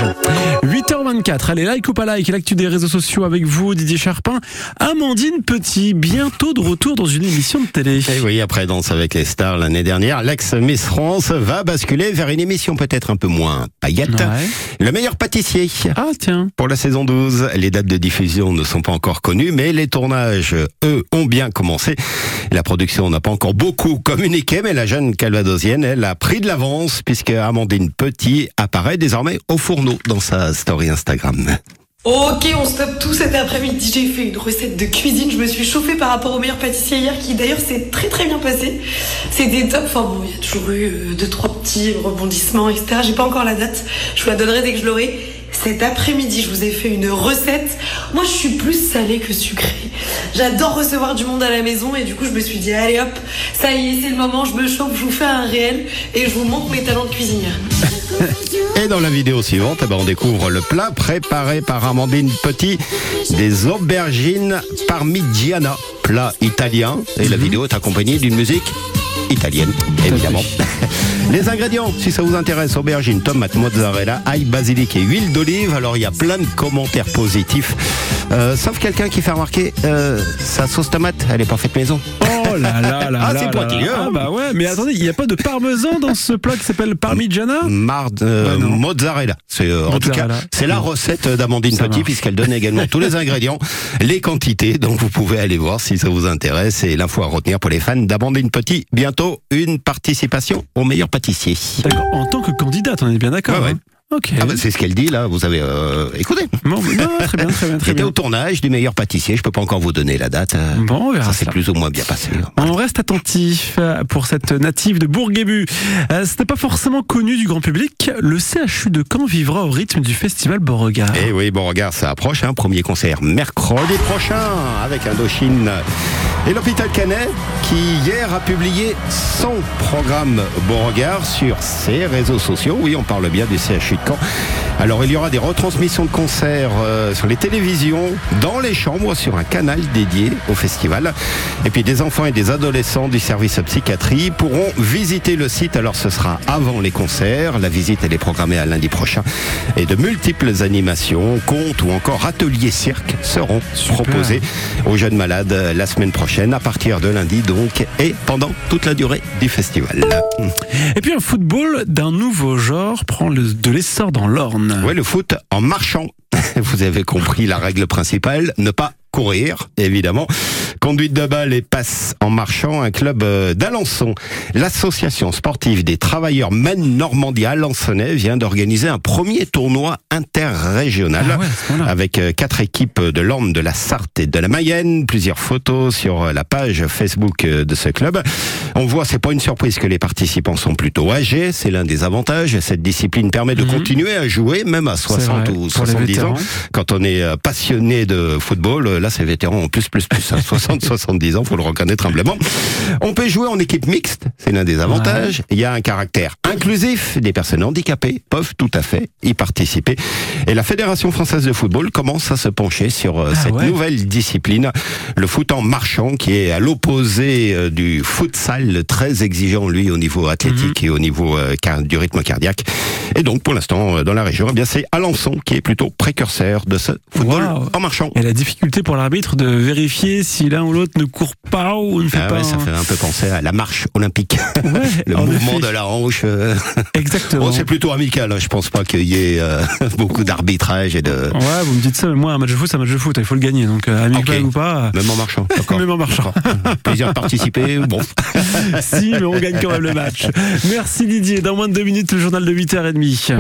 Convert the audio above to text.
8h24, allez, like ou pas like, l'actu des réseaux sociaux avec vous, Didier Charpin. Amandine Petit, bientôt de retour dans une émission de télé. Et oui, après Danse avec les stars l'année dernière, l'ex-Miss France va basculer vers une émission peut-être un peu moins paillette. Ouais. Le meilleur pâtissier. Ah tiens. Pour la saison 12, les dates de diffusion ne sont pas encore connues, mais les tournages, eux, ont bien commencé. La production n'a pas encore beaucoup communiqué, mais la jeune calvadosienne, elle a pris de l'avance puisque Amandine Petit apparaît désormais au fourneau dans sa story Instagram. Ok, on stoppe tout cet après-midi. J'ai fait une recette de cuisine. Je me suis chauffée par rapport au meilleur pâtissier hier, qui d'ailleurs s'est très très bien passé. C'était top. Enfin bon, il y a toujours eu 2-3 petits rebondissements, etc. J'ai pas encore la date. Je vous la donnerai dès que je l'aurai. Cet après-midi, je vous ai fait une recette. Moi, je suis plus salée que sucrée. J'adore recevoir du monde à la maison et du coup, je me suis dit, allez hop, ça y est, c'est le moment, je me chauffe, je vous fais un réel et je vous montre mes talents de cuisinière. Et dans la vidéo suivante, on découvre le plat préparé par Amandine Petit, des aubergines parmigiana, plat italien. Et la vidéo est accompagnée d'une musique italienne, évidemment. Les ingrédients, si ça vous intéresse, aubergines, tomates, mozzarella, ail, basilic et huile d'olive. Alors il y a plein de commentaires positifs, sauf quelqu'un qui fait remarquer sa sauce tomate, elle est pas faite maison. Oh là là là. Ah, là c'est là pointilleux, là. hein. Ah bah ouais, mais attendez, il n'y a pas de parmesan dans ce plat qui s'appelle parmigiana? Mozzarella. C'est en tout cas, c'est la recette d'Amandine Petit, puisqu'elle donne également tous les ingrédients, les quantités. Donc vous pouvez aller voir si ça vous intéresse. Et l'info à retenir pour les fans d'Amandine Petit. Bientôt une participation au meilleur pâtissier. D'accord. En tant que candidate, on est bien d'accord. Ouais. Hein. Ok. Ah bah c'est ce qu'elle dit là, vous avez écoutez. Bon, non, très bien. J'étais au tournage du meilleur pâtissier, je peux pas encore vous donner la date. Bon, on verra ça s'est ça. plus ou moins bien passé. On reste attentif pour cette native de Bourguébu. C'était pas forcément connu du grand public. Le CHU de Caen vivra au rythme du festival Beauregard. Eh oui, Beauregard, ça approche. Premier concert mercredi prochain avec Indochine et l'hôpital Canet qui hier a publié son programme Beauregard sur ses réseaux sociaux. Oui, on parle bien du CHU de Caen. Alors il y aura des retransmissions de concerts sur les télévisions, dans les chambres, sur un canal dédié au festival. Et puis des enfants et des adolescents du service psychiatrie pourront visiter le site. Alors ce sera avant les concerts. La visite elle est programmée à lundi prochain. Et de multiples animations, contes ou encore ateliers cirque seront proposés aux jeunes malades la semaine prochaine, à partir de lundi donc, et pendant toute la durée du festival. Et puis un football d'un nouveau genre prend de l'essor dans l'Orne. Ouais, le foot en marchant. Vous avez compris la règle principale, ne pas courir, évidemment. Conduite de balle et passe en marchant. Un club d'Alençon, l'association sportive des travailleurs Maine-Normandie Alençonnais, vient d'organiser un premier tournoi interrégional avec 4 équipes de l'Orne, de la Sarthe et de la Mayenne. Plusieurs photos sur la page Facebook de ce club. On voit, c'est pas une surprise que les participants sont plutôt âgés. C'est l'un des avantages. Cette discipline permet de continuer à jouer, même à 60 ou 70 ans. Quand on est passionné de football, là c'est vétéran en plus, 60-70 ans, faut le reconnaître humblement. On peut jouer en équipe mixte, c'est l'un des avantages. Il y a un caractère inclusif, des personnes handicapées peuvent tout à fait y participer. Et la Fédération française de football commence à se pencher sur cette nouvelle discipline, le foot en marchant, qui est à l'opposé du futsal, très exigeant lui au niveau athlétique et au niveau du rythme cardiaque. Et donc pour l'instant dans la région, eh bien c'est Alençon qui est plutôt précurseur de ce football en marchant. Et la difficulté pour l'arbitre de vérifier si l'un ou l'autre ne court pas ou ne fait pas. Ça fait un peu penser à la marche olympique. Le mouvement de la hanche. Exactement. Bon, c'est plutôt amical, hein. Je pense pas qu'il y ait beaucoup d'arbitrage et de. Ouais, vous me dites ça, mais moi un match de foot, c'est un match de foot, il faut le gagner. Donc amical ou pas. Même en marchant. Même en marchant. Plaisir de participer. Bon. Si, mais on gagne quand même le match. Merci Didier. Dans moins de 2 minutes, le journal de 8h30.